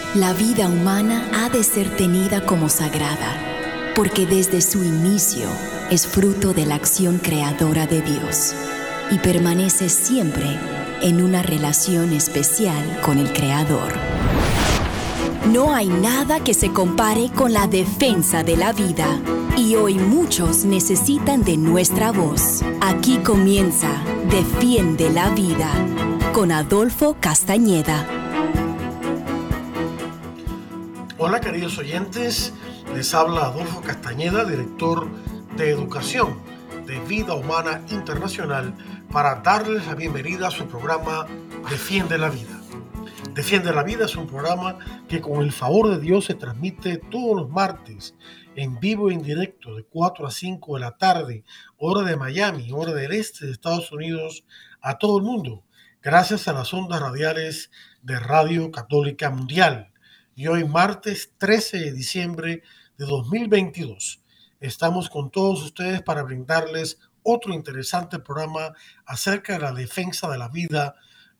La vida humana ha de ser tenida como sagrada, porque desde su inicio es fruto de la acción creadora de Dios y permanece siempre en una relación especial con el Creador. No hay nada que se compare con la defensa de la vida, y hoy muchos necesitan de nuestra voz. Aquí comienza Defiende la Vida con Adolfo Castañeda. Hola queridos oyentes, les habla Adolfo Castañeda, director de Educación de Vida Humana Internacional, para darles la bienvenida a su programa Defiende la Vida. Defiende la Vida es un programa que con el favor de Dios se transmite todos los martes en vivo e en directo de 4 a 5 de la tarde, hora de Miami, hora del este de Estados Unidos, a todo el mundo, gracias a las ondas radiales de Radio Católica Mundial. Y hoy martes 13 de diciembre de 2022 estamos con todos ustedes para brindarles otro interesante programa acerca de la defensa de la vida,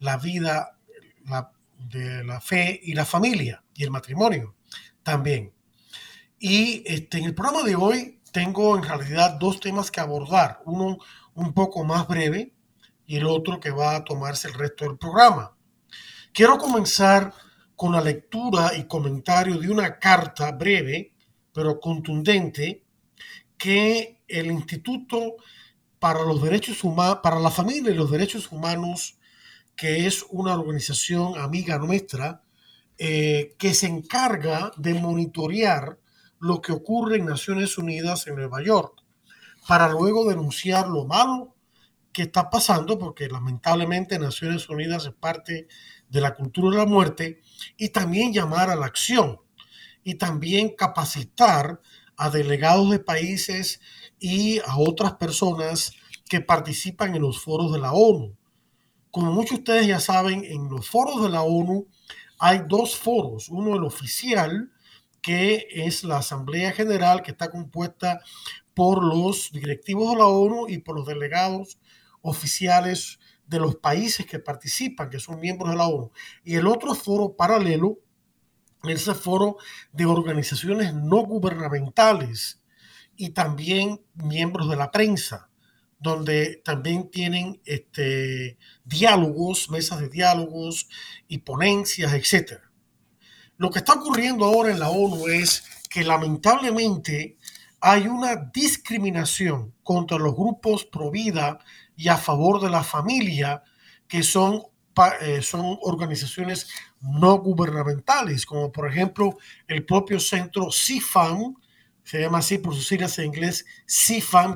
de la fe y la familia y el matrimonio también. Y en el programa de hoy tengo en realidad dos temas que abordar, uno un poco más breve y el otro que va a tomarse el resto del programa. Quiero comenzar con la lectura y comentario de una carta breve pero contundente que el Instituto para los Derechos Humanos, para la Familia y los Derechos Humanos, que es una organización amiga nuestra, que se encarga de monitorear lo que ocurre en Naciones Unidas en Nueva York, para luego denunciar lo malo que está pasando, porque lamentablemente Naciones Unidas es parte de la cultura de la muerte, y también llamar a la acción, y también capacitar a delegados de países y a otras personas que participan en los foros de la ONU. Como muchos de ustedes ya saben, en los foros de la ONU hay dos foros, uno el oficial, que es la Asamblea General, que está compuesta por los directivos de la ONU y por los delegados oficiales de los países que participan, que son miembros de la ONU. Y el otro foro paralelo es el foro de organizaciones no gubernamentales y también miembros de la prensa, donde también tienen diálogos, mesas de diálogos y ponencias, etc. Lo que está ocurriendo ahora en la ONU es que lamentablemente hay una discriminación contra los grupos pro vida y a favor de la familia, que son organizaciones no gubernamentales, como por ejemplo el propio centro CIFAM, se llama así por sus siglas en inglés, CIFAM,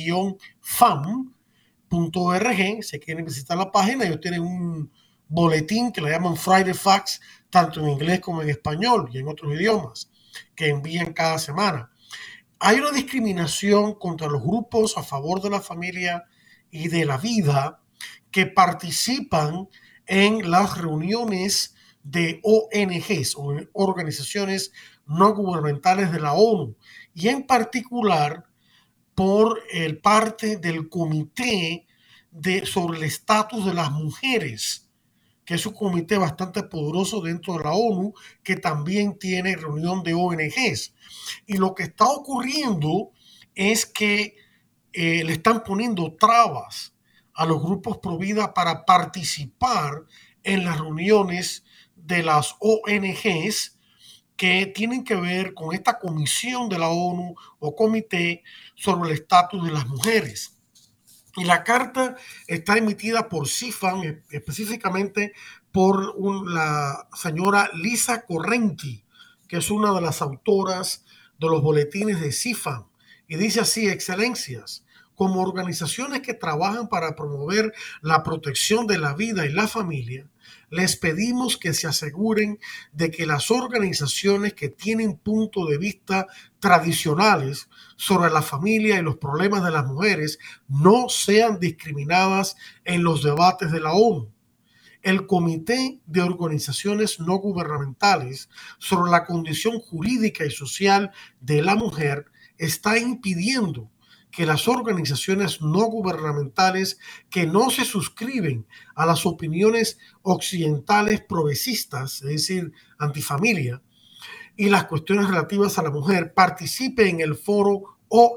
C-FAM.org. Si quieren visitar la página, ellos tienen un boletín que le llaman Friday Facts, tanto en inglés como en español y en otros idiomas, que envían cada semana. Hay una discriminación contra los grupos a favor de la familia y de la vida que participan en las reuniones de ONGs, o organizaciones no gubernamentales de la ONU, y en particular por el parte del Comité sobre el Estatus de las Mujeres, que es un comité bastante poderoso dentro de la ONU, que también tiene reunión de ONGs. Y lo que está ocurriendo es que le están poniendo trabas a los grupos pro vida para participar en las reuniones de las ONGs que tienen que ver con esta comisión de la ONU o comité sobre el estatus de las mujeres. Y la carta está emitida por CIFAM, específicamente por la señora Lisa Correnti, que es una de las autoras de los boletines de CIFAM. Y dice así: excelencias, como organizaciones que trabajan para promover la protección de la vida y la familia, les pedimos que se aseguren de que las organizaciones que tienen puntos de vista tradicionales sobre la familia y los problemas de las mujeres no sean discriminadas en los debates de la ONU. El Comité de Organizaciones No Gubernamentales sobre la Condición Jurídica y Social de la Mujer está impidiendo que las organizaciones no gubernamentales que no se suscriben a las opiniones occidentales progresistas, es decir, antifamilia, y las cuestiones relativas a la mujer, participen en el foro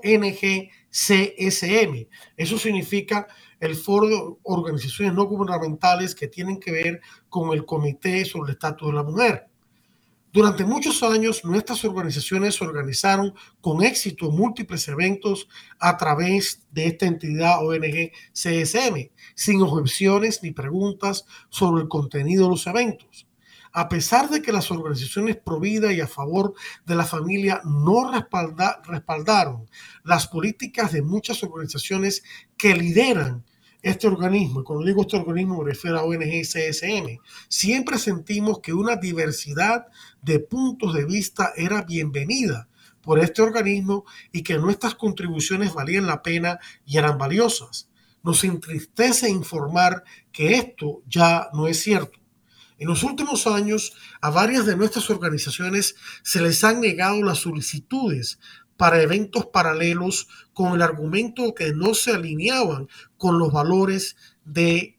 ONG-CSM. Eso significa el foro de organizaciones no gubernamentales que tienen que ver con el Comité sobre el Estatus de la Mujer. Durante muchos años, nuestras organizaciones organizaron con éxito múltiples eventos a través de esta entidad ONG CSM, sin objeciones ni preguntas sobre el contenido de los eventos. A pesar de que las organizaciones pro vida y a favor de la familia no respaldaron las políticas de muchas organizaciones que lideran este organismo, y cuando digo este organismo me refiero a ONG CSM, siempre sentimos que una diversidad de puntos de vista era bienvenida por este organismo y que nuestras contribuciones valían la pena y eran valiosas. Nos entristece informar que esto ya no es cierto. En los últimos años, a varias de nuestras organizaciones se les han negado las solicitudes para eventos paralelos con el argumento que no se alineaban con los valores de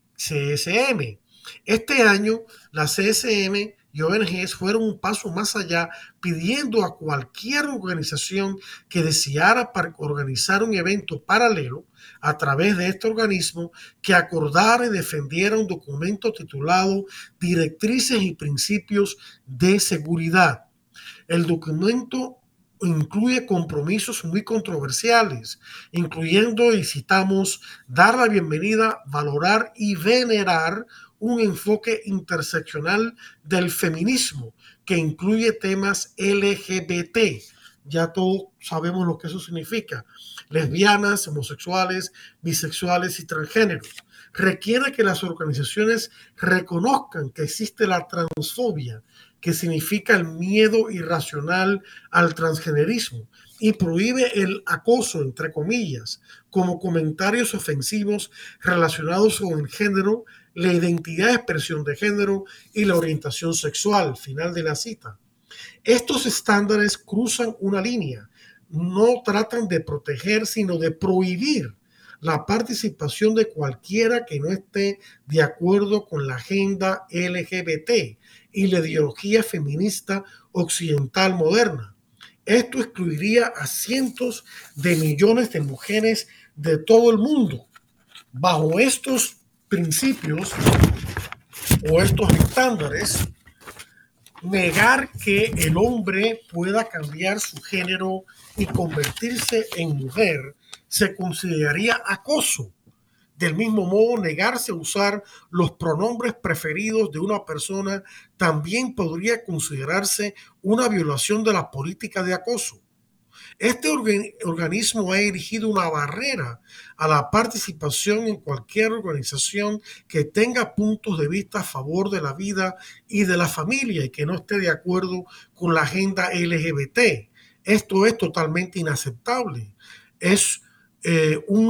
CSM. Este año, la CSM y ONGs fueron un paso más allá, pidiendo a cualquier organización que deseara organizar un evento paralelo a través de este organismo que acordara y defendiera un documento titulado Directrices y Principios de Seguridad. El documento incluye compromisos muy controversiales, incluyendo, y citamos, dar la bienvenida, valorar y venerar un enfoque interseccional del feminismo que incluye temas LGBT. Ya todos sabemos lo que eso significa. Lesbianas, homosexuales, bisexuales y transgéneros. Requiere que las organizaciones reconozcan que existe la transfobia, que significa el miedo irracional al transgenerismo, y prohíbe el acoso, entre comillas, como comentarios ofensivos relacionados con el género, la identidad de expresión de género y la orientación sexual. Final de la cita. Estos estándares cruzan una línea. No tratan de proteger, sino de prohibir la participación de cualquiera que no esté de acuerdo con la agenda LGBT y la ideología feminista occidental moderna. Esto excluiría a cientos de millones de mujeres de todo el mundo. Bajo estos principios o estos estándares, negar que el hombre pueda cambiar su género y convertirse en mujer se consideraría acoso. Del mismo modo, negarse a usar los pronombres preferidos de una persona también podría considerarse una violación de la política de acoso. Este organismo ha erigido una barrera a la participación en cualquier organización que tenga puntos de vista a favor de la vida y de la familia y que no esté de acuerdo con la agenda LGBT. Esto es totalmente inaceptable. Es un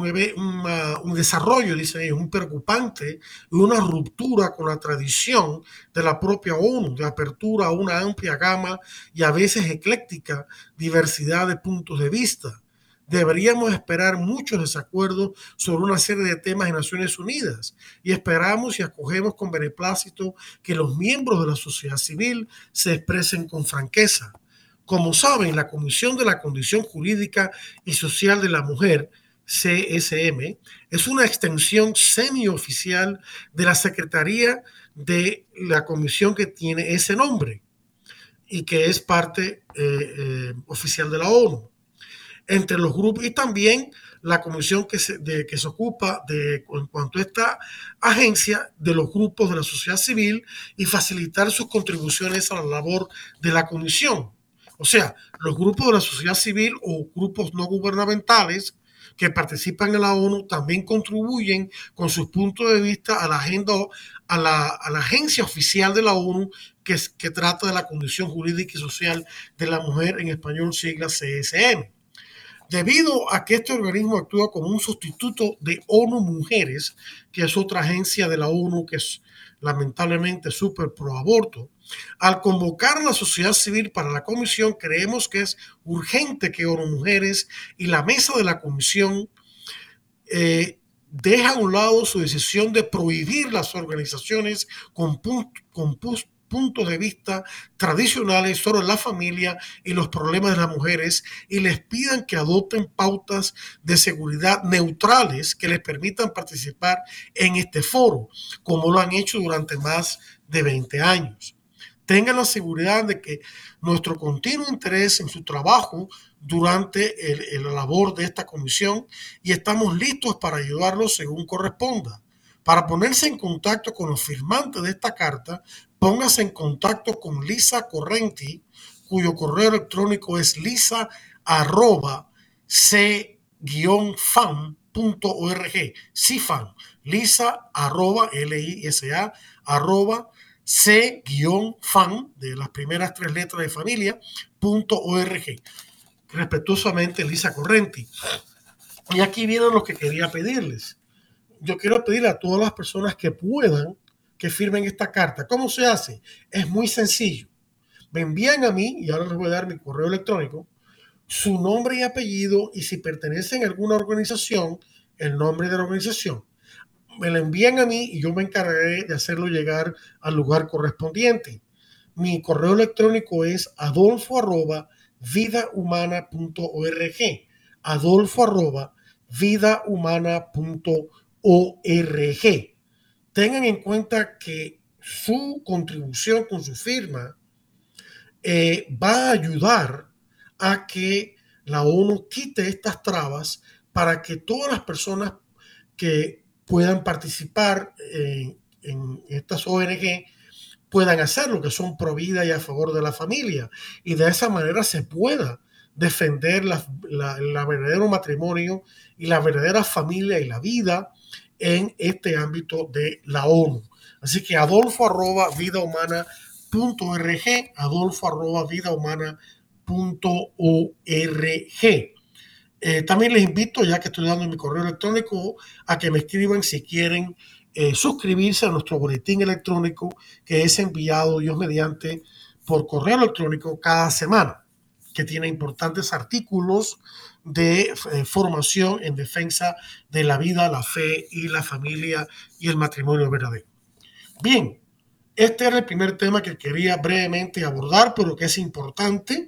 desarrollo, dicen ellos, un preocupante y una ruptura con la tradición de la propia ONU, de apertura a una amplia gama y a veces ecléctica diversidad de puntos de vista. Deberíamos esperar muchos desacuerdos sobre una serie de temas en Naciones Unidas y esperamos y acogemos con beneplácito que los miembros de la sociedad civil se expresen con franqueza. Como saben, la Comisión de la Condición Jurídica y Social de la Mujer, CSM, es una extensión semioficial de la Secretaría de la comisión que tiene ese nombre y que es parte oficial de la ONU. Entre los grupos y también la comisión que se ocupa en cuanto a esta agencia de los grupos de la sociedad civil y facilitar sus contribuciones a la labor de la comisión. O sea, los grupos de la sociedad civil o grupos no gubernamentales que participan en la ONU también contribuyen con sus puntos de vista a la agenda, a la agencia oficial de la ONU que trata de la condición jurídica y social de la mujer, en español sigla CSM. Debido a que este organismo actúa como un sustituto de ONU Mujeres, que es otra agencia de la ONU que lamentablemente súper pro aborto. Al convocar a la sociedad civil para la comisión, creemos que es urgente que ONU Mujeres y la mesa de la comisión deja a un lado su decisión de prohibir las organizaciones con puntos de vista tradicionales sobre la familia y los problemas de las mujeres y les pidan que adopten pautas de seguridad neutrales que les permitan participar en este foro, como lo han hecho durante más de 20 años. Tengan la seguridad de que nuestro continuo interés en su trabajo durante la labor de esta comisión y estamos listos para ayudarlos según corresponda. Para ponerse en contacto con los firmantes de esta carta, póngase en contacto con Lisa Correnti, cuyo correo electrónico es lisa@c-fan.org. CFAN, lisa lisa @c-fan de las primeras 3 letras de familia.org. Respetuosamente, Lisa Correnti. Y aquí vienen los que quería pedirles. Yo quiero pedirle a todas las personas que puedan que firmen esta carta. ¿Cómo se hace? Es muy sencillo. Me envían a mí, y ahora les voy a dar mi correo electrónico, su nombre y apellido, y si pertenecen a alguna organización, el nombre de la organización. Me lo envían a mí y yo me encargaré de hacerlo llegar al lugar correspondiente. Mi correo electrónico es adolfo@vidahumana.org. adolfo@vidahumana.org. Tengan en cuenta que su contribución con su firma va a ayudar a que la ONU quite estas trabas para que todas las personas que puedan participar en estas ONG puedan hacerlo, que son pro vida y a favor de la familia. Y de esa manera se pueda defender el verdadero matrimonio y la verdadera familia y la vida en este ámbito de la ONU. Así que adolfo@vidahumana.org, adolfo@vidahumana.org. También les invito, ya que estoy dando mi correo electrónico, a que me escriban si quieren suscribirse a nuestro boletín electrónico que es enviado, Dios mediante, por correo electrónico cada semana, que tiene importantes artículos de formación en defensa de la vida, la fe y la familia y el matrimonio verdadero. Bien, este era el primer tema que quería brevemente abordar, pero que es importante.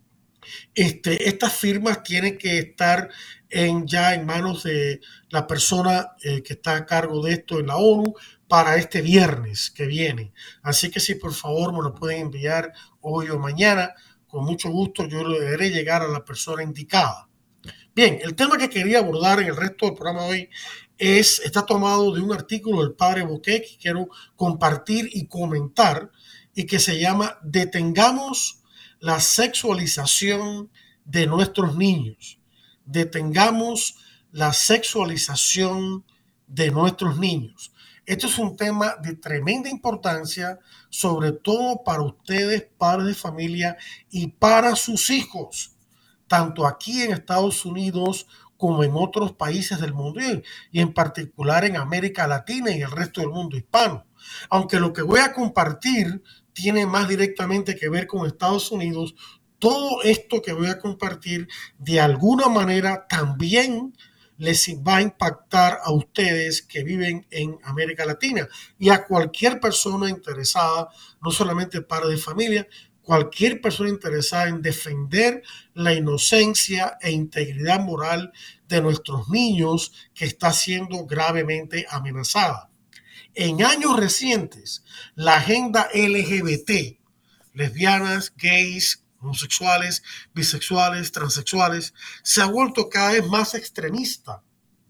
Estas firmas tienen que estar ya en manos de la persona que está a cargo de esto en la ONU para este viernes que viene. Así que si por favor me lo pueden enviar hoy o mañana, con mucho gusto yo lo haré llegar a la persona indicada. Bien, el tema que quería abordar en el resto del programa de hoy está tomado de un artículo del padre Bouquet que quiero compartir y comentar y que se llama Detengamos la sexualización de nuestros niños. Detengamos la sexualización de nuestros niños. Esto es un tema de tremenda importancia, sobre todo para ustedes, padres de familia, y para sus hijos, tanto aquí en Estados Unidos como en otros países del mundo y en particular en América Latina y el resto del mundo hispano. Aunque lo que voy a compartir tiene más directamente que ver con Estados Unidos, todo esto que voy a compartir de alguna manera también les va a impactar a ustedes que viven en América Latina y a cualquier persona interesada, no solamente padre de familia, cualquier persona interesada en defender la inocencia e integridad moral de nuestros niños que está siendo gravemente amenazada. En años recientes, la agenda LGBT, lesbianas, gays, homosexuales, bisexuales, transexuales, se ha vuelto cada vez más extremista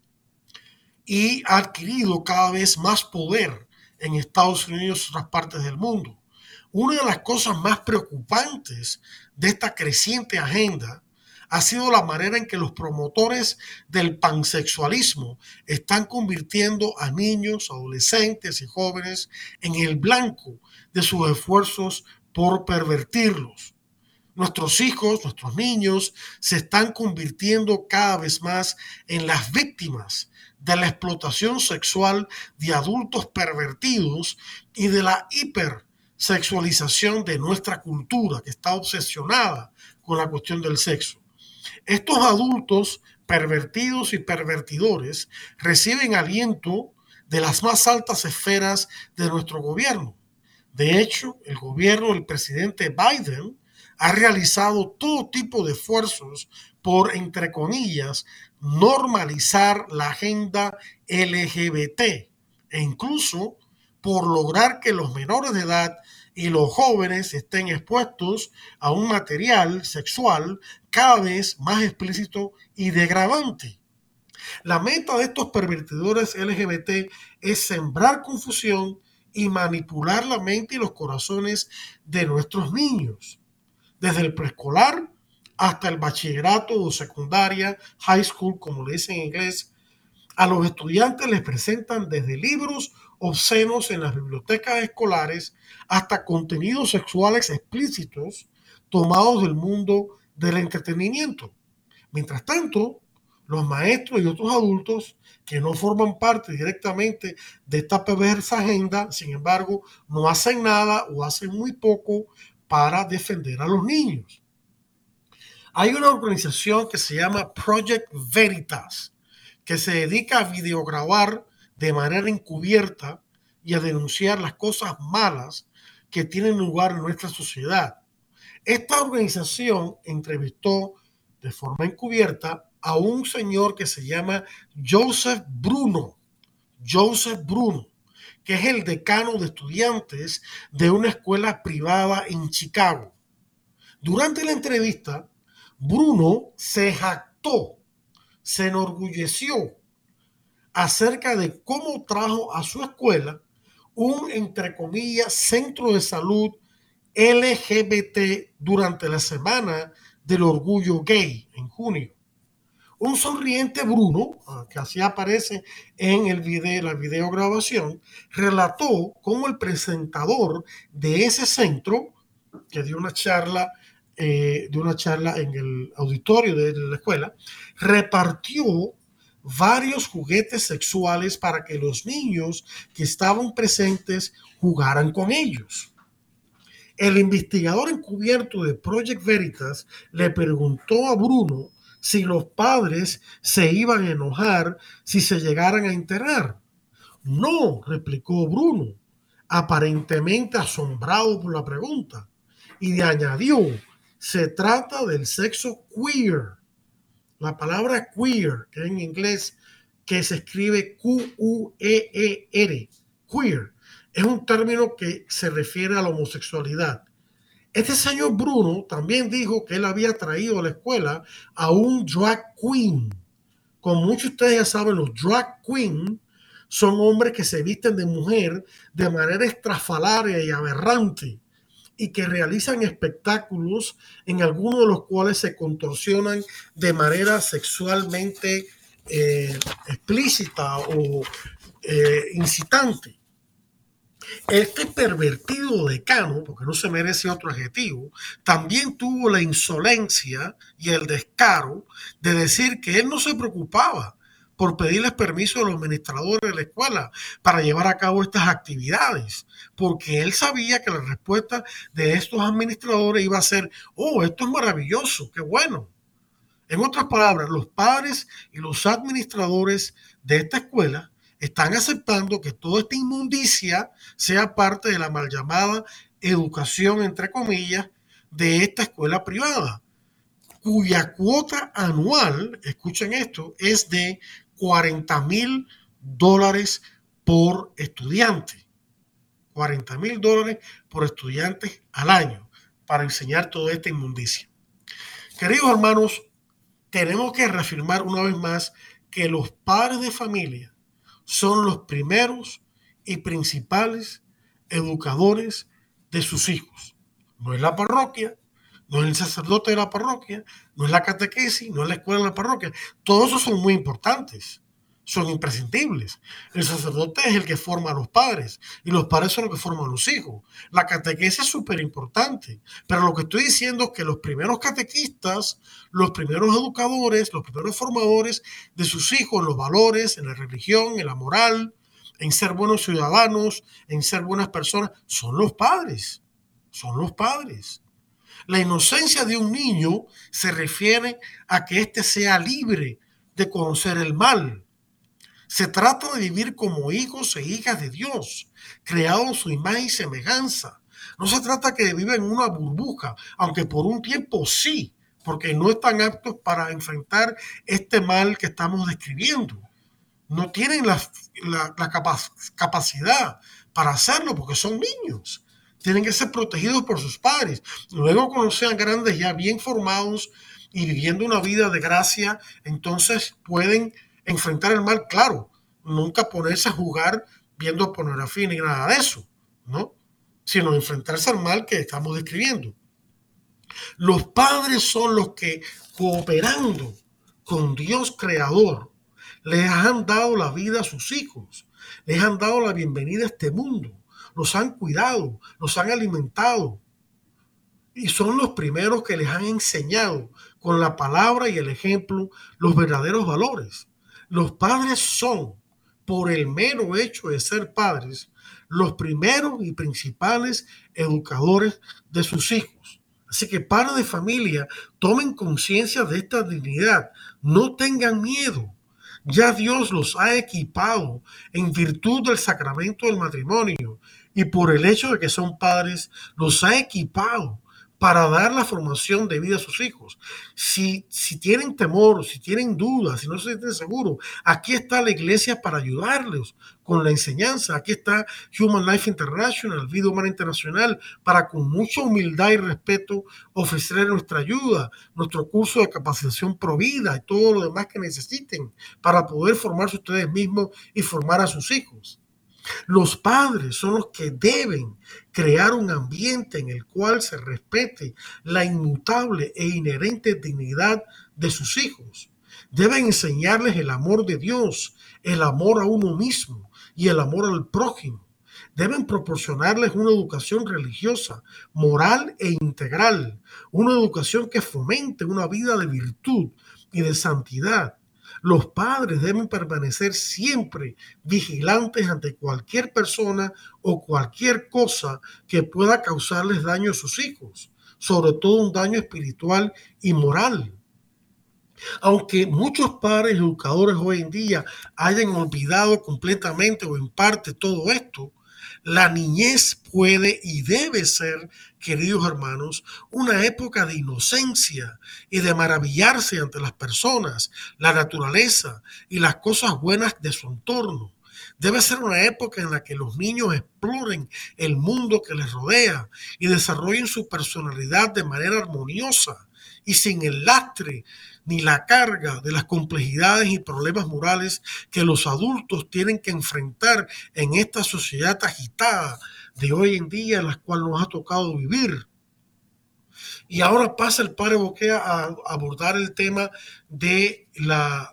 y ha adquirido cada vez más poder en Estados Unidos y otras partes del mundo. Una de las cosas más preocupantes de esta creciente agenda ha sido la manera en que los promotores del pansexualismo están convirtiendo a niños, adolescentes y jóvenes en el blanco de sus esfuerzos por pervertirlos. Nuestros hijos, nuestros niños, se están convirtiendo cada vez más en las víctimas de la explotación sexual de adultos pervertidos y de la hipersexualización de nuestra cultura, que está obsesionada con la cuestión del sexo. Estos adultos pervertidos y pervertidores reciben aliento de las más altas esferas de nuestro gobierno. De hecho, el gobierno del presidente Biden ha realizado todo tipo de esfuerzos por, entre comillas, normalizar la agenda LGBT e incluso por lograr que los menores de edad y los jóvenes estén expuestos a un material sexual cada vez más explícito y degradante. La meta de estos pervertidores LGBT es sembrar confusión y manipular la mente y los corazones de nuestros niños, desde el preescolar hasta el bachillerato o secundaria, high school, como le dicen en inglés. A los estudiantes les presentan desde libros obscenos en las bibliotecas escolares hasta contenidos sexuales explícitos tomados del mundo del entretenimiento. Mientras tanto, los maestros y otros adultos que no forman parte directamente de esta perversa agenda, sin embargo, no hacen nada o hacen muy poco para defender a los niños. Hay una organización que se llama Project Veritas, que se dedica a videograbar de manera encubierta y a denunciar las cosas malas que tienen lugar en nuestra sociedad. Esta organización entrevistó de forma encubierta a un señor que se llama Joseph Bruno, que es el decano de estudiantes de una escuela privada en Chicago. Durante la entrevista, Bruno se jactó, se enorgulleció acerca de cómo trajo a su escuela un, entre comillas, centro de salud LGBT durante la semana del orgullo gay en junio. Un sonriente Bruno, que así aparece en el video, la videograbación, relató cómo el presentador de ese centro, que dio una charla en el auditorio de la escuela, repartió varios juguetes sexuales para que los niños que estaban presentes jugaran con ellos. El investigador encubierto de Project Veritas le preguntó a Bruno si los padres se iban a enojar si se llegaran a enterar. No, replicó Bruno, aparentemente asombrado por la pregunta, y le añadió, se trata del sexo queer. La palabra queer, que en inglés que se escribe Q-U-E-E-R, queer, es un término que se refiere a la homosexualidad. Este señor Bruno también dijo que él había traído a la escuela a un drag queen. Como muchos de ustedes ya saben, los drag queen son hombres que se visten de mujer de manera estrafalaria y aberrante y que realizan espectáculos en algunos de los cuales se contorsionan de manera sexualmente explícita o incitante. Este pervertido decano, porque no se merece otro adjetivo, también tuvo la insolencia y el descaro de decir que él no se preocupaba por pedirles permiso a los administradores de la escuela para llevar a cabo estas actividades, porque él sabía que la respuesta de estos administradores iba a ser, oh, esto es maravilloso, qué bueno. En otras palabras, los padres y los administradores de esta escuela están aceptando que toda esta inmundicia sea parte de la mal llamada educación, entre comillas, de esta escuela privada, cuya cuota anual, escuchen esto, es de $40,000 por estudiante. $40,000 por estudiante al año para enseñar toda esta inmundicia. Queridos hermanos, tenemos que reafirmar una vez más que los padres de familia son los primeros y principales educadores de sus hijos. No es la parroquia, no es el sacerdote de la parroquia, no es la catequesis, no es la escuela de la parroquia. Todos esos son muy importantes. son imprescindibles. El sacerdote es el que forma a los padres y los padres son los que forman a los hijos. La catequesis es súper importante, pero lo que estoy diciendo es que los primeros catequistas, los primeros educadores, los primeros formadores de sus hijos en los valores, en la religión, en la moral, en ser buenos ciudadanos, en ser buenas personas, son los padres. Son los padres. La inocencia de un niño se refiere a que éste sea libre de conocer el mal. Se trata de vivir como hijos e hijas de Dios, creados en su imagen y semejanza. No se trata que vivan en una burbuja, aunque por un tiempo sí, porque no están aptos para enfrentar este mal que estamos describiendo. No tienen la capacidad para hacerlo porque son niños. Tienen que ser protegidos por sus padres. Luego, cuando sean grandes, ya bien formados y viviendo una vida de gracia, entonces pueden enfrentar el mal, claro, nunca ponerse a jugar viendo pornografía ni nada de eso, ¿no? Sino enfrentarse al mal que estamos describiendo. Los padres son los que, cooperando con Dios creador, les han dado la vida a sus hijos, les han dado la bienvenida a este mundo, los han cuidado, los han alimentado y son los primeros que les han enseñado con la palabra y el ejemplo los verdaderos valores. Los padres son, por el mero hecho de ser padres, los primeros y principales educadores de sus hijos. Así que padres de familia, tomen conciencia de esta dignidad, no tengan miedo. Ya Dios los ha equipado en virtud del sacramento del matrimonio y por el hecho de que son padres, los ha equipado para dar la formación de vida a sus hijos. Si tienen temor, si tienen dudas, si no se sienten seguros, aquí está la iglesia para ayudarles con la enseñanza. Aquí está Human Life International, Vida Humana Internacional, para con mucha humildad y respeto ofrecer nuestra ayuda, nuestro curso de capacitación Provida y todo lo demás que necesiten para poder formarse ustedes mismos y formar a sus hijos. Los padres son los que deben crear un ambiente en el cual se respete la inmutable e inherente dignidad de sus hijos. Deben enseñarles el amor de Dios, el amor a uno mismo y el amor al prójimo. Deben proporcionarles una educación religiosa, moral e integral, una educación que fomente una vida de virtud y de santidad. Los padres deben permanecer siempre vigilantes ante cualquier persona o cualquier cosa que pueda causarles daño a sus hijos, sobre todo un daño espiritual y moral. Aunque muchos padres y educadores hoy en día hayan olvidado completamente o en parte todo esto, la niñez puede y debe ser, queridos hermanos, una época de inocencia y de maravillarse ante las personas, la naturaleza y las cosas buenas de su entorno. Debe ser una época en la que los niños exploren el mundo que les rodea y desarrollen su personalidad de manera armoniosa y sin el lastre ni la carga de las complejidades y problemas morales que los adultos tienen que enfrentar en esta sociedad agitada de hoy en día en la cual nos ha tocado vivir. Y ahora pasa el padre Boquea a abordar el tema de la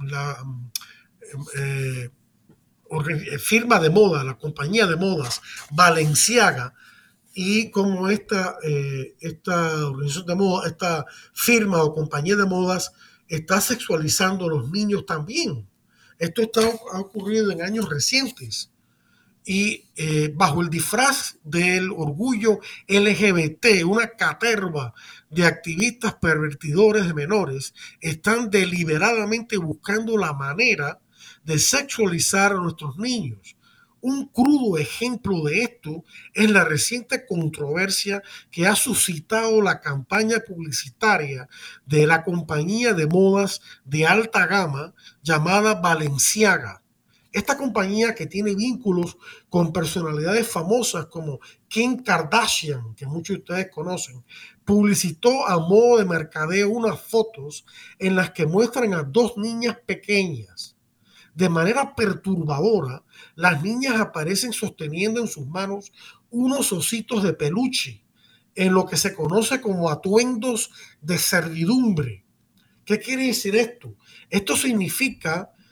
firma de moda, la compañía de modas Balenciaga, y como esta organización de moda, esta firma o compañía de modas está sexualizando a los niños también. Esto ha ocurrido en años recientes y bajo el disfraz del orgullo LGBT, una caterva de activistas pervertidores de menores están deliberadamente buscando la manera de sexualizar a nuestros niños. Un crudo ejemplo de esto es la reciente controversia que ha suscitado la campaña publicitaria de la compañía de modas de alta gama llamada Balenciaga. Esta compañía, que tiene vínculos con personalidades famosas como Kim Kardashian, que muchos de ustedes conocen, publicitó a modo de mercadeo unas fotos en las que muestran a dos niñas pequeñas. De manera perturbadora, las niñas aparecen sosteniendo en sus manos unos ositos de peluche, en lo que se conoce como atuendos de servidumbre. ¿Qué quiere decir esto? Esto significa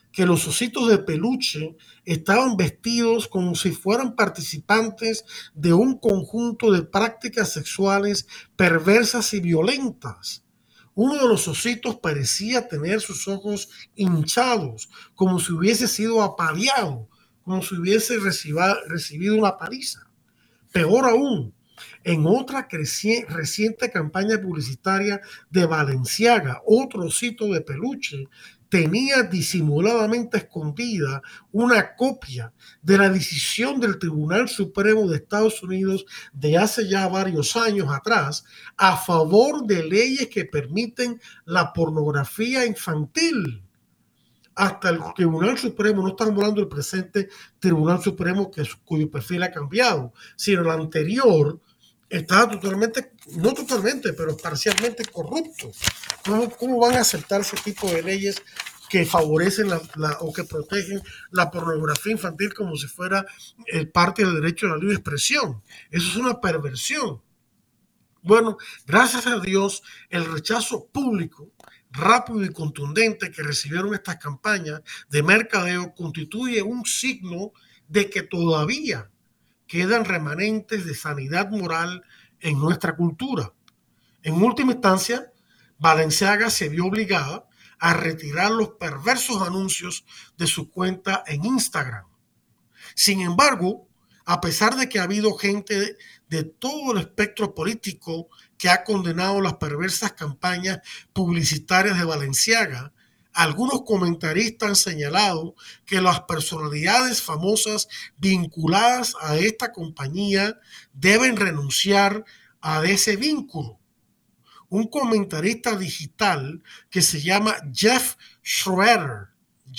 que los ositos de peluche estaban vestidos como si fueran participantes de un conjunto de prácticas sexuales perversas y violentas. Uno de los ositos parecía tener sus ojos hinchados, como si hubiese sido apaleado, como si hubiese recibido una paliza. Peor aún, en otra reciente campaña publicitaria de Balenciaga, otro osito de peluche tenía disimuladamente escondida una copia de la decisión del Tribunal Supremo de Estados Unidos de hace ya varios años atrás a favor de leyes que permiten la pornografía infantil. Hasta el Tribunal Supremo, no estamos hablando del presente Tribunal Supremo cuyo perfil ha cambiado, sino el anterior estaba totalmente, no totalmente, pero parcialmente corrupto. ¿Cómo van a aceptar ese tipo de leyes que favorecen o que protegen la pornografía infantil como si fuera parte del derecho a la libre expresión? Eso es una perversión. Bueno, gracias a Dios, el rechazo público rápido y contundente que recibieron estas campañas de mercadeo constituye un signo de que todavía quedan remanentes de sanidad moral en nuestra cultura. En última instancia, Balenciaga se vio obligada a retirar los perversos anuncios de su cuenta en Instagram. Sin embargo, a pesar de que ha habido gente de todo el espectro político que ha condenado las perversas campañas publicitarias de Balenciaga, algunos comentaristas han señalado que las personalidades famosas vinculadas a esta compañía deben renunciar a ese vínculo. Un comentarista digital que se llama Jeff Schroeder,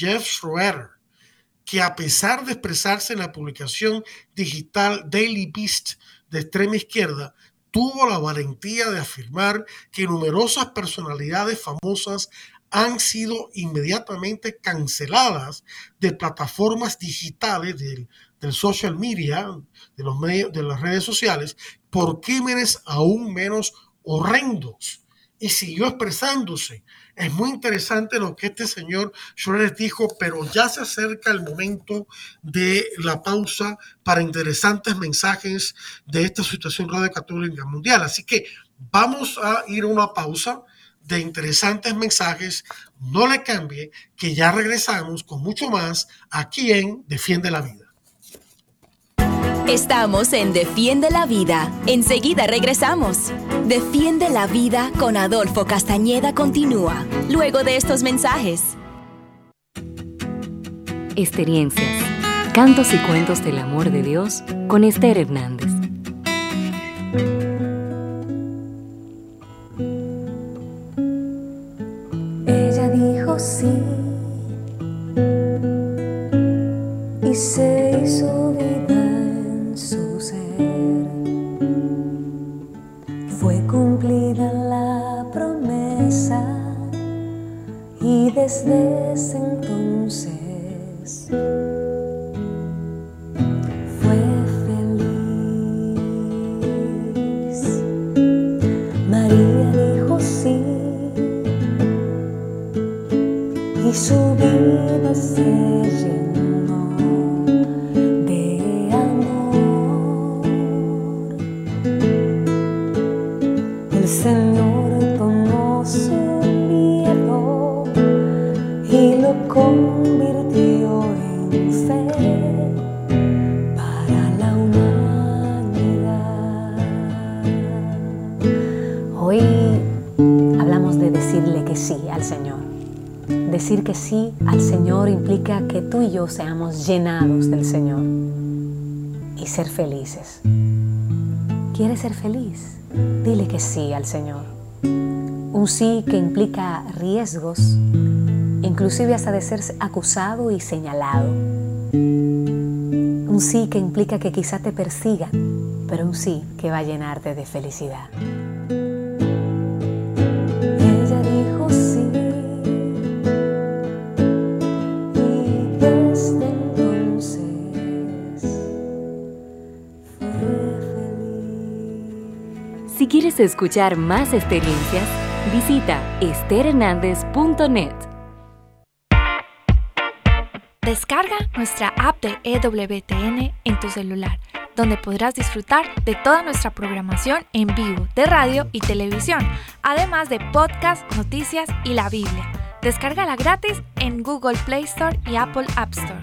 que a pesar de expresarse en la publicación digital Daily Beast de extrema izquierda, tuvo la valentía de afirmar que numerosas personalidades famosas han sido inmediatamente canceladas de plataformas digitales del social media, de los medios, de las redes sociales, por crímenes aún menos horrendos. Y siguió expresándose. Es muy interesante lo que este señor Schroeder dijo, pero ya se acerca el momento de la pausa para interesantes mensajes de esta situación radiocatólica mundial. Así que vamos a ir a una pausa de interesantes mensajes. No le cambie, que ya regresamos con mucho más aquí en Defiende la Vida. Estamos en Defiende la Vida. Enseguida regresamos. Defiende la Vida con Adolfo Castañeda continúa luego de estos mensajes. Experiencias, cantos y cuentos del amor de Dios con Esther Hernández. Ella dijo sí y se hizo vida en su ser. Fue cumplida la promesa y desde ese entonces fue feliz. María dijo sí y su vida se llenó de amor. El Señor tomó su miedo y lo convirtió en fe para la humanidad. Hoy hablamos de decirle que sí al Señor. Decir que sí al Señor implica que tú y yo seamos llenados del Señor y ser felices. ¿Quieres ser feliz? Dile que sí al Señor. Un sí que implica riesgos, inclusive hasta de ser acusado y señalado. Un sí que implica que quizá te persigan, pero un sí que va a llenarte de felicidad. Ella dijo sí. Si quieres escuchar más experiencias, visita estherhernandez.net. Descarga nuestra app de EWTN en tu celular, donde podrás disfrutar de toda nuestra programación en vivo de radio y televisión, además de podcast, noticias y la Biblia. Descárgala gratis en Google Play Store y Apple App Store.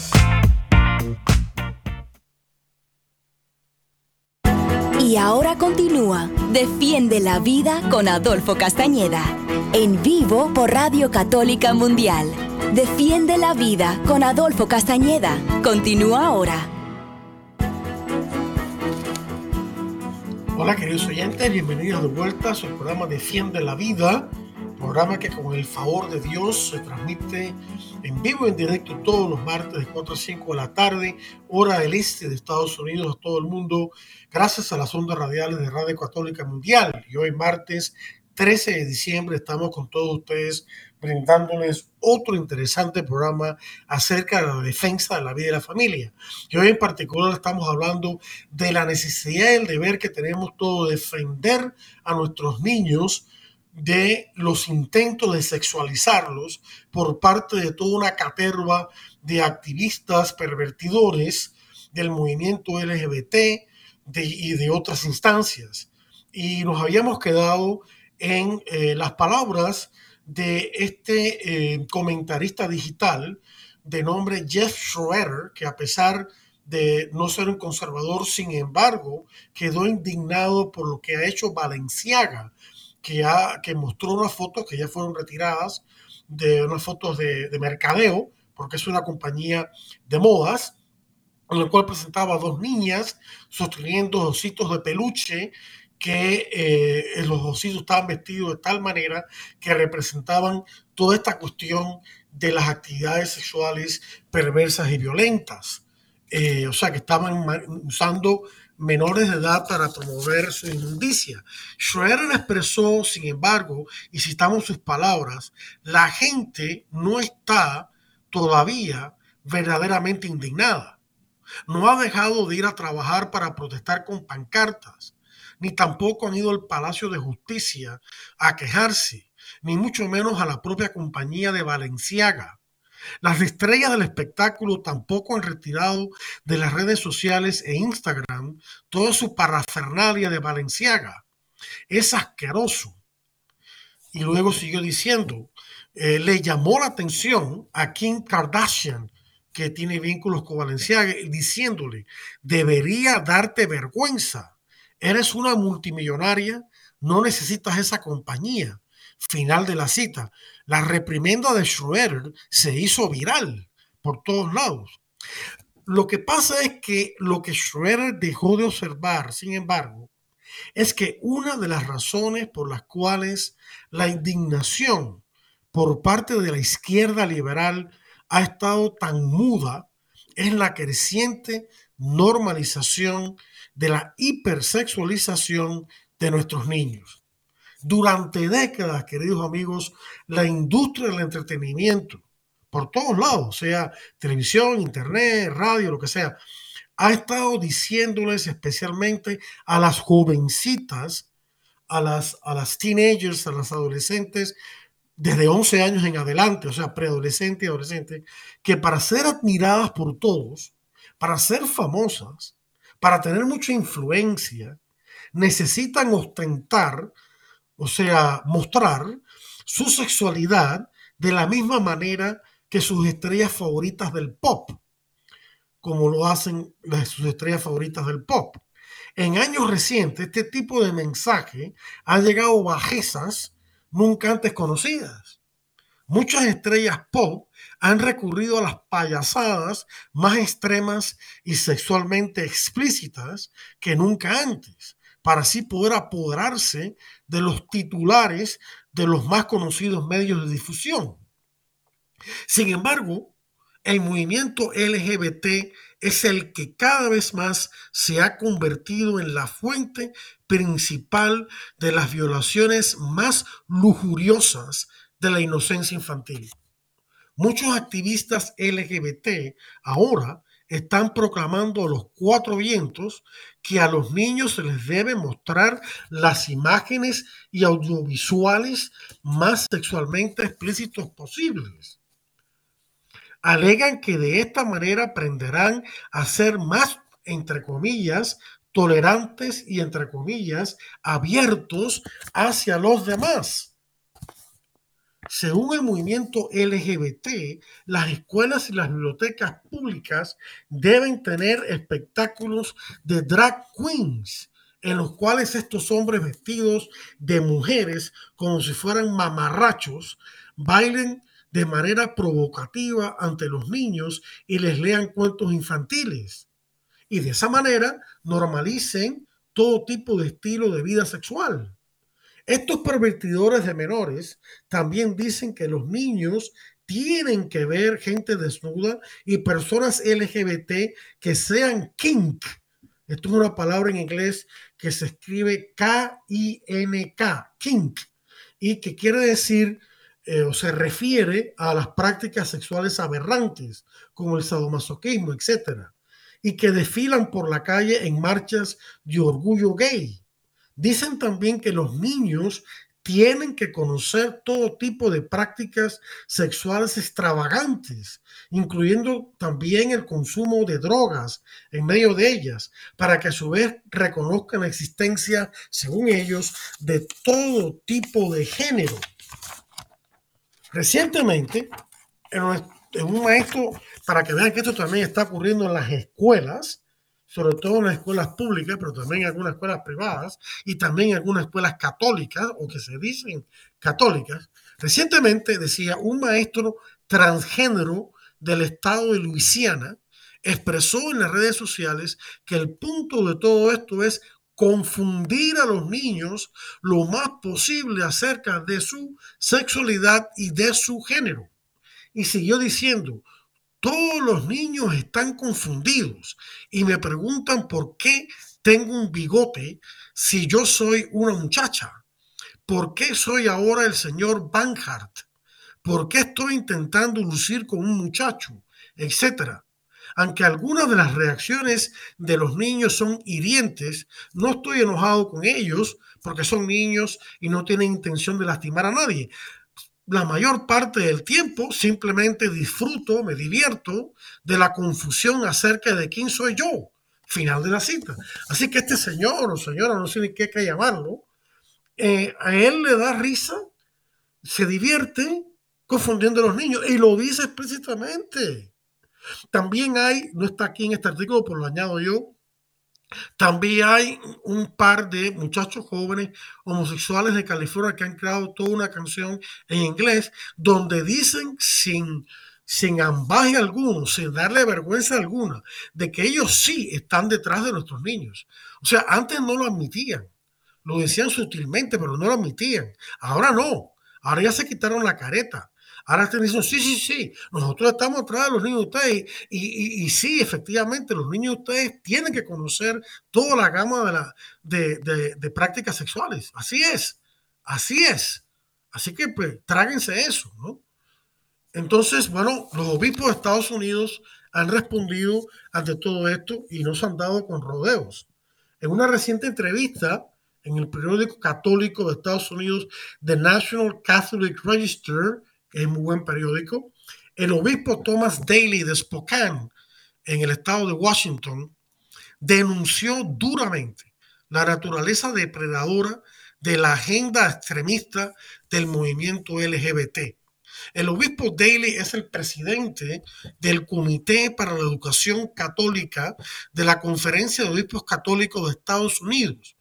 Y ahora continúa Defiende la Vida con Adolfo Castañeda, en vivo por Radio Católica Mundial. Defiende la Vida con Adolfo Castañeda. Continúa ahora. Hola queridos oyentes, bienvenidos de vuelta a su programa Defiende la Vida, programa que con el favor de Dios se transmite en vivo y en directo todos los martes de 4 a 5 de la tarde, hora del este de Estados Unidos, a todo el mundo, gracias a las ondas radiales de Radio Católica Mundial. Y hoy martes 13 de diciembre estamos con todos ustedes brindándoles otro interesante programa acerca de la defensa de la vida y la familia. Y hoy en particular estamos hablando de la necesidad y el deber que tenemos todos de defender a nuestros niños de los intentos de sexualizarlos por parte de toda una caterva de activistas pervertidores del movimiento LGBT y de otras instancias. Y nos habíamos quedado en las palabras de este comentarista digital de nombre Jeff Schroeder, que a pesar de no ser un conservador, sin embargo, quedó indignado por lo que ha hecho Balenciaga, que mostró unas fotos que ya fueron retiradas, de unas fotos de mercadeo, porque es una compañía de modas, en la cual presentaba a dos niñas sosteniendo ositos de peluche, que los ositos estaban vestidos de tal manera que representaban toda esta cuestión de las actividades sexuales perversas y violentas. O sea, que estaban usando menores de edad para promover su inmundicia. Schroeder expresó, sin embargo, y citamos sus palabras, la gente no está todavía verdaderamente indignada. No ha dejado de ir a trabajar para protestar con pancartas, ni tampoco han ido al Palacio de Justicia a quejarse, ni mucho menos a la propia compañía de Balenciaga. Las estrellas del espectáculo tampoco han retirado de las redes sociales e Instagram toda su parafernalia de Balenciaga. Es asqueroso. Y luego siguió diciendo, le llamó la atención a Kim Kardashian, que tiene vínculos con Balenciaga, diciéndole, debería darte vergüenza. Eres una multimillonaria, no necesitas esa compañía. Final de la cita. La reprimenda de Schroeder se hizo viral por todos lados. Lo que pasa es que lo que Schroeder dejó de observar, sin embargo, es que una de las razones por las cuales la indignación por parte de la izquierda liberal ha estado tan muda es la creciente normalización de la hipersexualización de nuestros niños. Durante décadas, queridos amigos, la industria del entretenimiento, por todos lados, sea televisión, internet, radio, lo que sea, ha estado diciéndoles especialmente a las jovencitas, a las teenagers, a las adolescentes, desde 11 años en adelante, o sea, preadolescente y adolescente, que para ser admiradas por todos, para ser famosas, para tener mucha influencia, necesitan ostentar, o sea, mostrar su sexualidad de la misma manera que sus estrellas favoritas del pop, como lo hacen sus estrellas favoritas del pop. En años recientes, este tipo de mensaje ha llegado a bajezas nunca antes conocidas. Muchas estrellas pop han recurrido a las payasadas más extremas y sexualmente explícitas que nunca antes, para así poder apoderarse de los titulares de los más conocidos medios de difusión. Sin embargo, el movimiento LGBT es el que cada vez más se ha convertido en la fuente principal de las violaciones más lujuriosas de la inocencia infantil. Muchos activistas LGBT ahora están proclamando a los cuatro vientos que a los niños se les debe mostrar las imágenes y audiovisuales más sexualmente explícitos posibles. Alegan que de esta manera aprenderán a ser más, entre comillas, tolerantes y, entre comillas, abiertos hacia los demás. Según el movimiento LGBT, las escuelas y las bibliotecas públicas deben tener espectáculos de drag queens, en los cuales estos hombres vestidos de mujeres como si fueran mamarrachos bailen de manera provocativa ante los niños y les lean cuentos infantiles. Y de esa manera normalicen todo tipo de estilo de vida sexual. Estos pervertidores de menores también dicen que los niños tienen que ver gente desnuda y personas LGBT que sean kink. Esto es una palabra en inglés que se escribe K-I-N-K, kink, y que quiere decir o se refiere a las prácticas sexuales aberrantes, como el sadomasoquismo, etcétera, y que desfilan por la calle en marchas de orgullo gay. Dicen también que los niños tienen que conocer todo tipo de prácticas sexuales extravagantes, incluyendo también el consumo de drogas en medio de ellas, para que a su vez reconozcan la existencia, según ellos, de todo tipo de género. Recientemente, en un maestro, para que vean que esto también está ocurriendo en las escuelas, sobre todo en las escuelas públicas, pero también en algunas escuelas privadas y también en algunas escuelas católicas o que se dicen católicas. Recientemente decía un maestro transgénero del estado de Luisiana expresó en las redes sociales que el punto de todo esto es confundir a los niños lo más posible acerca de su sexualidad y de su género. Y siguió diciendo: todos los niños están confundidos y me preguntan por qué tengo un bigote si yo soy una muchacha. ¿Por qué soy ahora el señor Banhart? ¿Por qué estoy intentando lucir con un muchacho? Etcétera. Aunque algunas de las reacciones de los niños son hirientes, no estoy enojado con ellos porque son niños y no tienen intención de lastimar a nadie. La mayor parte del tiempo simplemente disfruto, me divierto de la confusión acerca de quién soy yo. Final de la cita. Así que este señor o señora, no sé ni qué hay que llamarlo, a él le da risa, se divierte confundiendo a los niños y lo dice explícitamente. También hay, no está aquí en este artículo, pero lo añado yo, también hay un par de muchachos jóvenes homosexuales de California que han creado toda una canción en inglés donde dicen sin ambaje alguno, sin darle vergüenza alguna, de que ellos sí están detrás de nuestros niños. O sea, antes no lo admitían, lo decían sutilmente, pero no lo admitían. Ahora no, ahora ya se quitaron la careta. Ahora te dicen, sí, nosotros estamos atrás de los niños de ustedes y sí, efectivamente, los niños de ustedes tienen que conocer toda la gama de prácticas sexuales. Así es. Así que pues tráguense eso, ¿no? Entonces, bueno, los obispos de Estados Unidos han respondido ante todo esto y no se han dado con rodeos. En una reciente entrevista en el periódico católico de Estados Unidos, The National Catholic Register, que es un muy buen periódico, el obispo Thomas Daly de Spokane, en el estado de Washington, denunció duramente la naturaleza depredadora de la agenda extremista del movimiento LGBT. El obispo Daly es el presidente del Comité para la Educación Católica de la Conferencia de Obispos Católicos de Estados Unidos,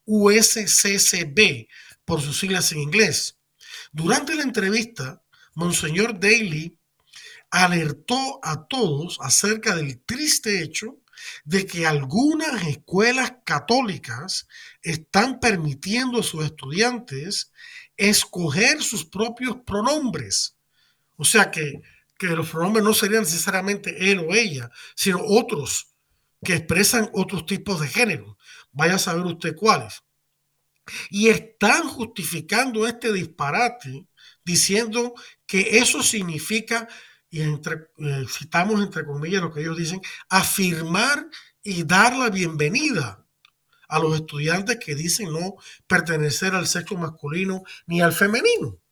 USCCB, por sus siglas en inglés. Durante la entrevista, Monseñor Daly alertó a todos acerca del triste hecho de que algunas escuelas católicas están permitiendo a sus estudiantes escoger sus propios pronombres. O sea que los pronombres no serían necesariamente él o ella, sino otros que expresan otros tipos de género. Vaya a saber usted cuáles. Y están justificando este disparate diciendo que eso significa, y citamos entre comillas lo que ellos dicen, afirmar y dar la bienvenida a los estudiantes que dicen no pertenecer al sexo masculino ni al femenino.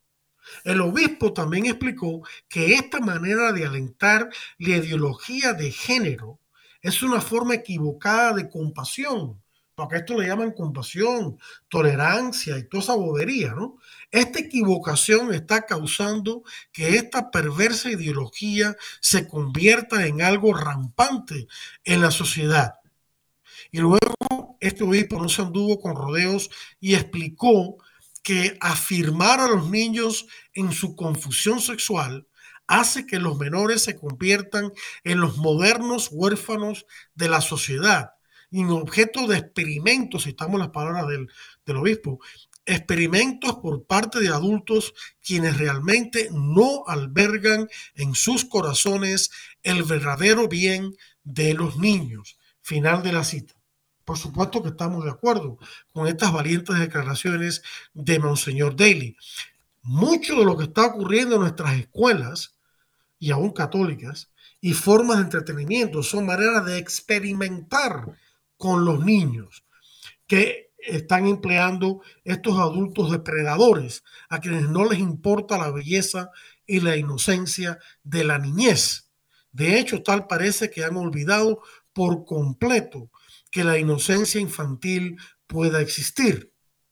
El obispo también explicó que esta manera de alentar la ideología de género es una forma equivocada de compasión, porque a esto le llaman compasión, tolerancia y toda esa bobería, ¿no? Esta equivocación está causando que esta perversa ideología se convierta en algo rampante en la sociedad. Y luego este obispo no se anduvo con rodeos y explicó que afirmar a los niños en su confusión sexual hace que los menores se conviertan en los modernos huérfanos de la sociedad y en objeto de experimentos, citamos las palabras del obispo, experimentos por parte de adultos quienes realmente no albergan en sus corazones el verdadero bien de los niños. Final de la cita. Por supuesto que estamos de acuerdo con estas valientes declaraciones de Monseñor Daly. Mucho de lo que está ocurriendo en nuestras escuelas, y aún católicas, y formas de entretenimiento son maneras de experimentar con los niños que están empleando estos adultos depredadores a quienes no les importa la belleza y la inocencia de la niñez. De hecho, tal parece que han olvidado por completo que la inocencia infantil pueda existir.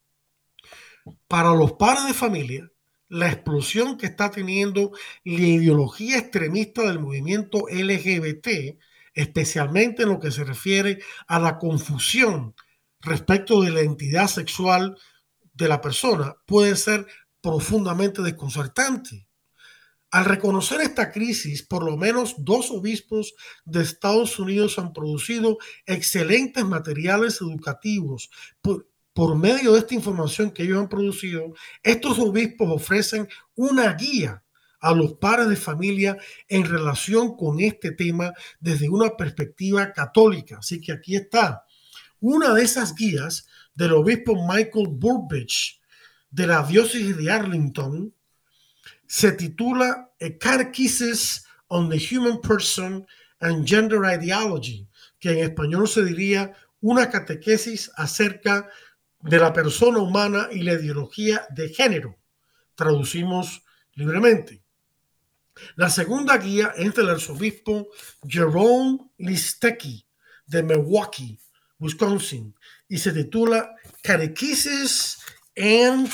Para los padres de familia, la explosión que está teniendo la ideología extremista del movimiento LGBT, especialmente en lo que se refiere a la confusión respecto de la identidad sexual de la persona, puede ser profundamente desconcertante. Al reconocer esta crisis, por lo menos 2 obispos de Estados Unidos han producido excelentes materiales educativos. Por medio de esta información que ellos han producido, estos obispos ofrecen una guía a los padres de familia en relación con este tema desde una perspectiva católica. Así que aquí está. Una de esas guías del obispo Michael Burbidge de la diócesis de Arlington se titula A Catechism on the Human Person and Gender Ideology, que en español se diría una catequesis acerca de la persona humana y la ideología de género. Traducimos libremente. La segunda guía es del arzobispo Jerome Listecki de Milwaukee, Wisconsin, y se titula Catechesis and,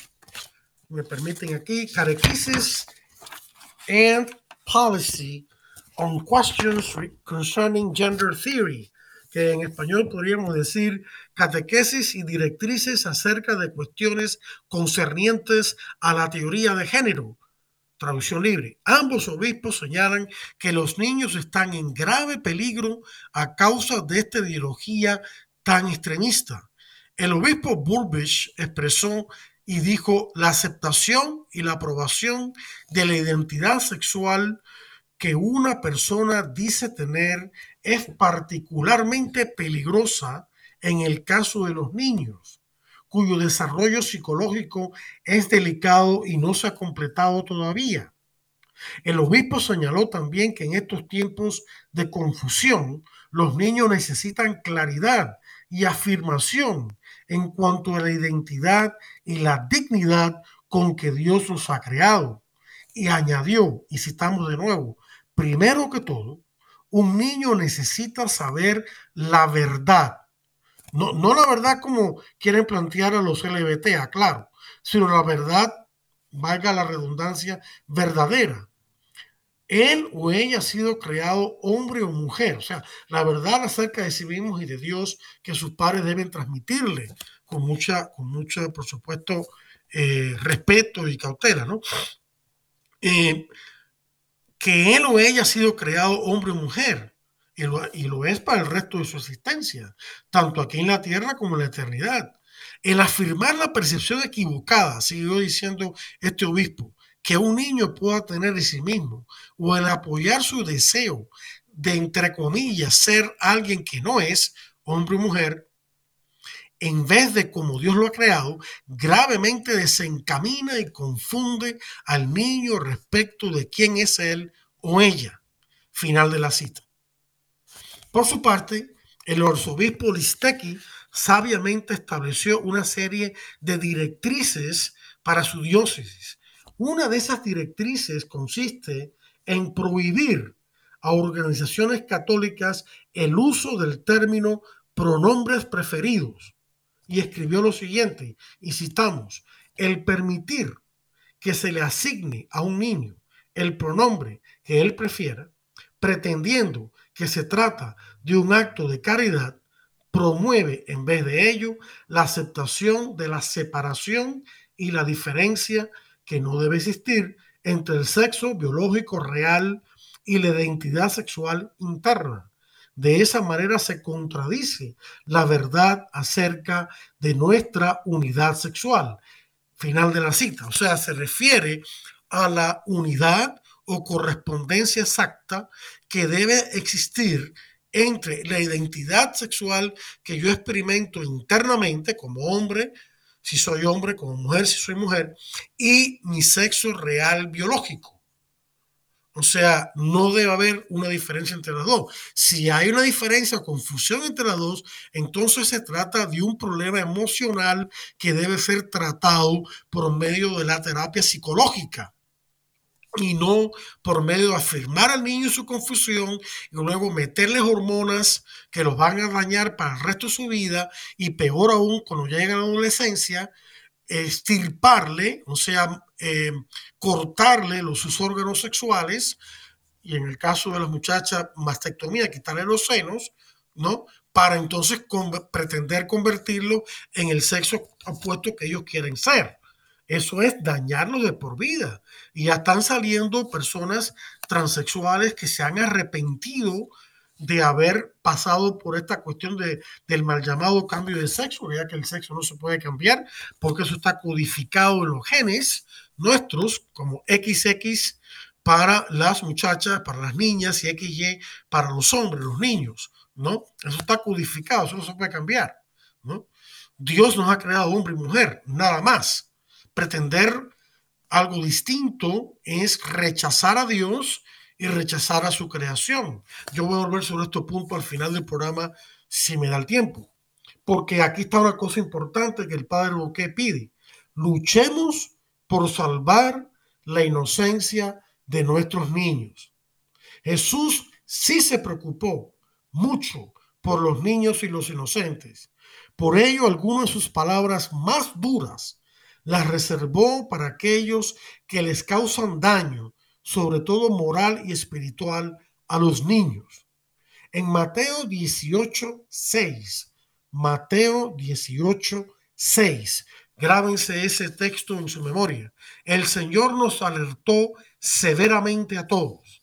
me permiten aquí, Catechesis and Policy on Questions Concerning Gender Theory, que en español podríamos decir catequesis y directrices acerca de cuestiones concernientes a la teoría de género. Traducción libre. Ambos obispos señalan que los niños están en grave peligro a causa de esta ideología tan extremista. El obispo Burbidge expresó y dijo: la aceptación y la aprobación de la identidad sexual que una persona dice tener es particularmente peligrosa en el caso de los niños, cuyo desarrollo psicológico es delicado y no se ha completado todavía. El obispo señaló también que en estos tiempos de confusión, los niños necesitan claridad y afirmación en cuanto a la identidad y la dignidad con que Dios los ha creado. Y añadió, y citamos de nuevo, primero que todo, un niño necesita saber la verdad. No la verdad como quieren plantear a los LGBT, aclaro, sino la verdad, valga la redundancia, verdadera. Él o ella ha sido creado hombre o mujer, o sea, la verdad acerca de sí mismos y de Dios que sus padres deben transmitirle con mucha, por supuesto, respeto y cautela, ¿no? Que él o ella ha sido creado hombre o mujer, y lo es para el resto de su existencia, tanto aquí en la tierra como en la eternidad. El afirmar la percepción equivocada, siguió diciendo este obispo, que un niño pueda tener de sí mismo, o el apoyar su deseo de, entre comillas, ser alguien que no es hombre o mujer, en vez de como Dios lo ha creado, gravemente desencamina y confunde al niño respecto de quién es él o ella. Final de la cita. Por su parte, el arzobispo Listecki sabiamente estableció una serie de directrices para su diócesis. Una de esas directrices consiste en prohibir a organizaciones católicas el uso del término pronombres preferidos. Y escribió lo siguiente, y citamos: el permitir que se le asigne a un niño el pronombre que él prefiera, pretendiendo que se trata de un acto de caridad, promueve en vez de ello la aceptación de la separación y la diferencia que no debe existir entre el sexo biológico real y la identidad sexual interna. De esa manera se contradice la verdad acerca de nuestra unidad sexual. Final de la cita. O sea, se refiere a la unidad o correspondencia exacta que debe existir entre la identidad sexual que yo experimento internamente como hombre, si soy hombre, como mujer, si soy mujer, y mi sexo real biológico. O sea, no debe haber una diferencia entre las dos. Si hay una diferencia o confusión entre las dos, entonces se trata de un problema emocional que debe ser tratado por medio de la terapia psicológica y no por medio de afirmar al niño su confusión y luego meterles hormonas que los van a dañar para el resto de su vida, y peor aún cuando llegan a la adolescencia, extirparle, o sea, cortarle sus órganos sexuales, y en el caso de las muchachas, mastectomía, quitarle los senos, ¿no? Para entonces pretender convertirlo en el sexo opuesto que ellos quieren ser. Eso es dañarlos de por vida. Y ya están saliendo personas transexuales que se han arrepentido de haber pasado por esta cuestión del mal llamado cambio de sexo, ya que el sexo no se puede cambiar porque eso está codificado en los genes nuestros como XX para las muchachas, para las niñas, y XY para los hombres, los niños, ¿no? Eso está codificado, eso no se puede cambiar, ¿no? Dios nos ha creado hombre y mujer, nada más. Pretender algo distinto es rechazar a Dios y rechazar a su creación. Yo voy a volver sobre este punto al final del programa si me da el tiempo, porque aquí está una cosa importante que el padre Bouquet pide: luchemos por salvar la inocencia de nuestros niños. Jesús sí se preocupó mucho por los niños y los inocentes. Por ello, algunas de sus palabras más duras las reservó para aquellos que les causan daño, sobre todo moral y espiritual, a los niños. En Mateo 18:6, Mateo 18:6, grábense ese texto en su memoria. El Señor nos alertó severamente a todos: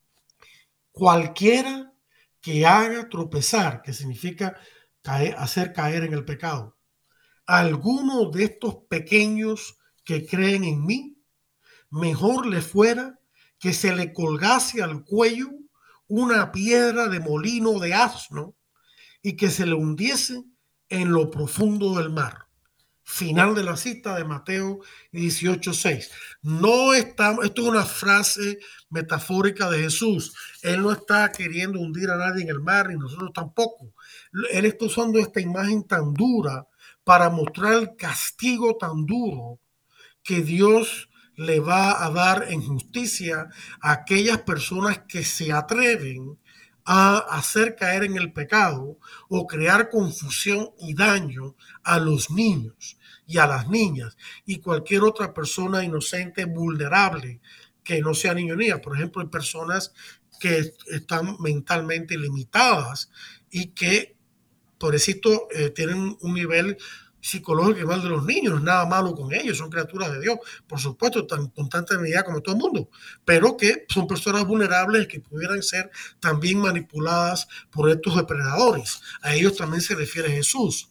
cualquiera que haga tropezar, que significa hacer caer en el pecado, alguno de estos pequeños que creen en mí, mejor le fuera que se le colgase al cuello una piedra de molino de asno y que se le hundiese en lo profundo del mar. Final de la cita de Mateo 18:6. No estamos, esto es una frase metafórica de Jesús. Él no está queriendo hundir a nadie en el mar, ni nosotros tampoco. Él está usando esta imagen tan dura para mostrar el castigo tan duro que Dios le va a dar en justicia a aquellas personas que se atreven a hacer caer en el pecado o crear confusión y daño a los niños y a las niñas y cualquier otra persona inocente, vulnerable, que no sea niño o niña. Por ejemplo, hay personas que están mentalmente limitadas y que, pobrecito, tienen un nivel psicológico igual de los niños. Nada malo con ellos, son criaturas de Dios, por supuesto, con tanta dignidad como todo el mundo, pero que son personas vulnerables que pudieran ser también manipuladas por estos depredadores. A ellos también se refiere Jesús.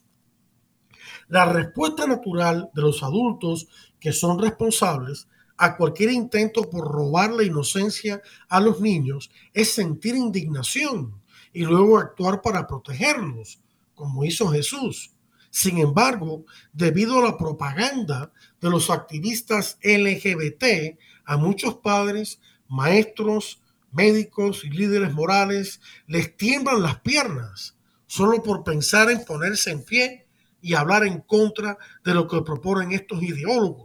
La respuesta natural de los adultos que son responsables a cualquier intento por robar la inocencia a los niños es sentir indignación y luego actuar para protegerlos, como hizo Jesús. Sin embargo, debido a la propaganda de los activistas LGBT, a muchos padres, maestros, médicos y líderes morales les tiemblan las piernas solo por pensar en ponerse en pie y hablar en contra de lo que proponen estos ideólogos,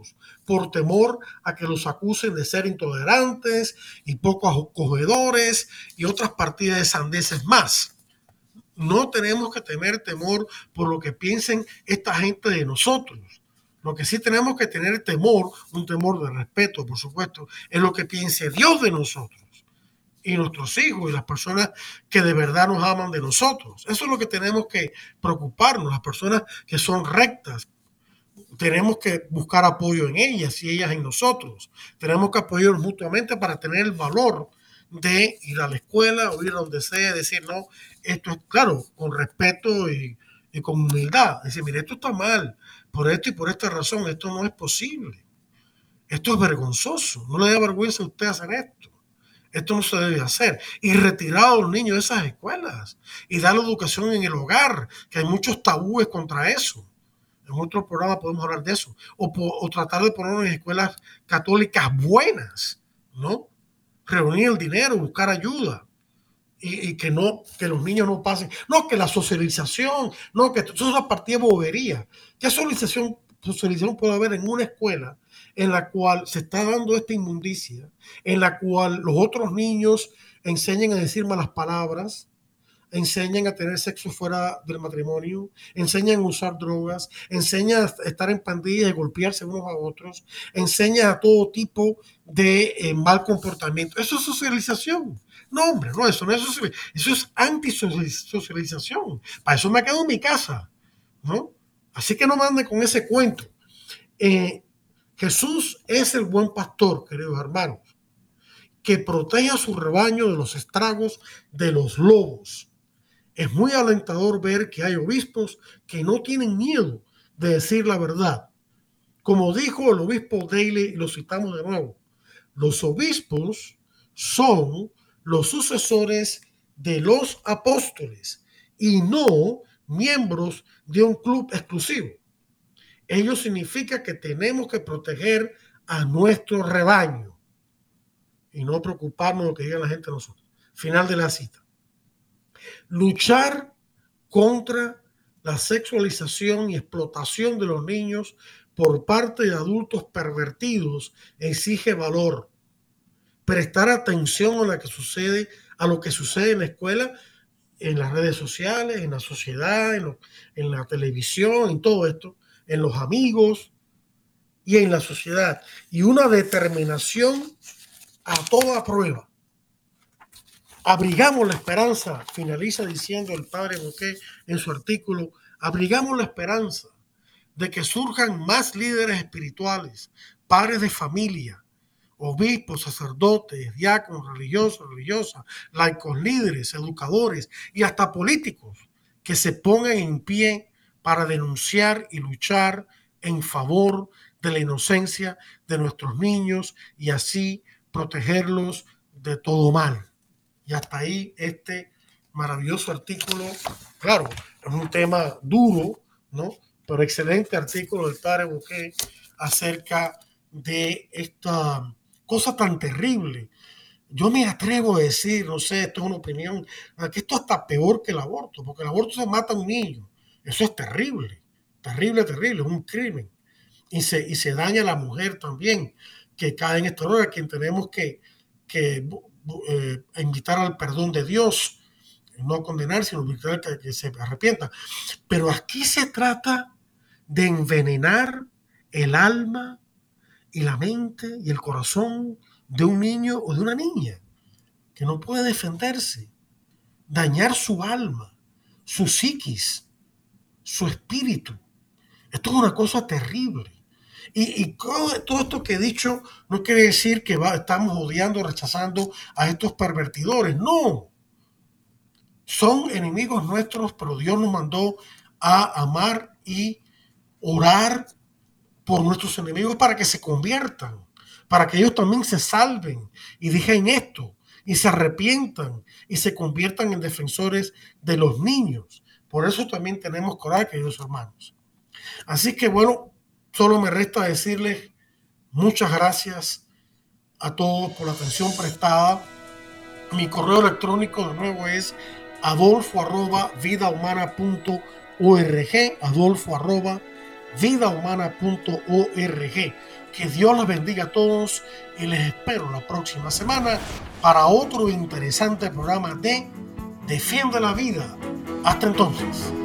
por temor a que los acusen de ser intolerantes y poco acogedores y otras partidas de sandeces más. No tenemos que tener temor por lo que piensen esta gente de nosotros. Lo que sí tenemos que tener temor, un temor de respeto, por supuesto, es lo que piense Dios de nosotros y nuestros hijos y las personas que de verdad nos aman de nosotros. Eso es lo que tenemos que preocuparnos, las personas que son rectas. Tenemos que buscar apoyo en ellas y ellas en nosotros. Tenemos que apoyarnos mutuamente para tener el valor de ir a la escuela o ir a donde sea, decir, no, esto es claro, con respeto y con humildad. Decir, mire, esto está mal, por esto y por esta razón, esto no es posible. Esto es vergonzoso, no le da vergüenza a usted hacer esto. Esto no se debe hacer. Y retirar a los niños de esas escuelas y dar la educación en el hogar, que hay muchos tabúes contra eso. En otro programa podemos hablar de eso. O tratar de ponernos en escuelas católicas buenas, ¿no? Reunir el dinero, buscar ayuda. Y que los niños no pasen. No, que la socialización, no, que eso es una partida de bobería. ¿Qué socialización puede haber en una escuela en la cual se está dando esta inmundicia, en la cual los otros niños enseñan a decir malas palabras, enseñan a tener sexo fuera del matrimonio, enseñan a usar drogas, enseñan a estar en pandillas y golpearse unos a otros, enseñan a todo tipo de mal comportamiento? Eso es socialización. No, hombre, no, eso no es socialización. Eso es antisocialización. Para eso me quedo en mi casa, ¿no? Así que no me ande con ese cuento. Jesús es el buen pastor, queridos hermanos, que protege a su rebaño de los estragos de los lobos. Es muy alentador ver que hay obispos que no tienen miedo de decir la verdad. Como dijo el obispo Daly, y lo citamos de nuevo, los obispos son los sucesores de los apóstoles y no miembros de un club exclusivo. Ello significa que tenemos que proteger a nuestro rebaño y no preocuparnos de lo que diga la gente a nosotros. Final de la cita. Luchar contra la sexualización y explotación de los niños por parte de adultos pervertidos exige valor. Prestar atención a lo que sucede en la escuela, en las redes sociales, en la sociedad, en la televisión, en todo esto, en los amigos y en la sociedad. Y una determinación a toda prueba. Abrigamos la esperanza, finaliza diciendo el padre Bouquet en su artículo, abrigamos la esperanza de que surjan más líderes espirituales, padres de familia, obispos, sacerdotes, diáconos, religiosos, religiosas, laicos, líderes, educadores y hasta políticos que se pongan en pie para denunciar y luchar en favor de la inocencia de nuestros niños y así protegerlos de todo mal. Y hasta ahí este maravilloso artículo. Claro, es un tema duro, ¿no? Pero excelente artículo del padre Bouquet acerca de esta cosa tan terrible. Yo me atrevo a decir, no sé, esto es una opinión, que esto está peor que el aborto, porque el aborto se mata a un niño. Eso es terrible, terrible, terrible, es un crimen. Y se daña a la mujer también, que cae en esta hora, a quien tenemos que invitar al perdón de Dios, no condenar, sino invitar que se arrepienta. Pero aquí se trata de envenenar el alma y la mente y el corazón de un niño o de una niña que no puede defenderse, dañar su alma, su psiquis, su espíritu. Esto es una cosa terrible. Y todo esto que he dicho no quiere decir que estamos odiando, rechazando a estos pervertidores. No. Son enemigos nuestros, pero Dios nos mandó a amar y orar por nuestros enemigos para que se conviertan, para que ellos también se salven y dejen esto y se arrepientan y se conviertan en defensores de los niños. Por eso también tenemos coraje, queridos hermanos. Así que bueno, solo me resta decirles muchas gracias a todos por la atención prestada. Mi correo electrónico de nuevo es adolfo@vidahumana.org, vidahumana.org. Que Dios les bendiga a todos y les espero la próxima semana para otro interesante programa de Defiende la Vida. Hasta entonces.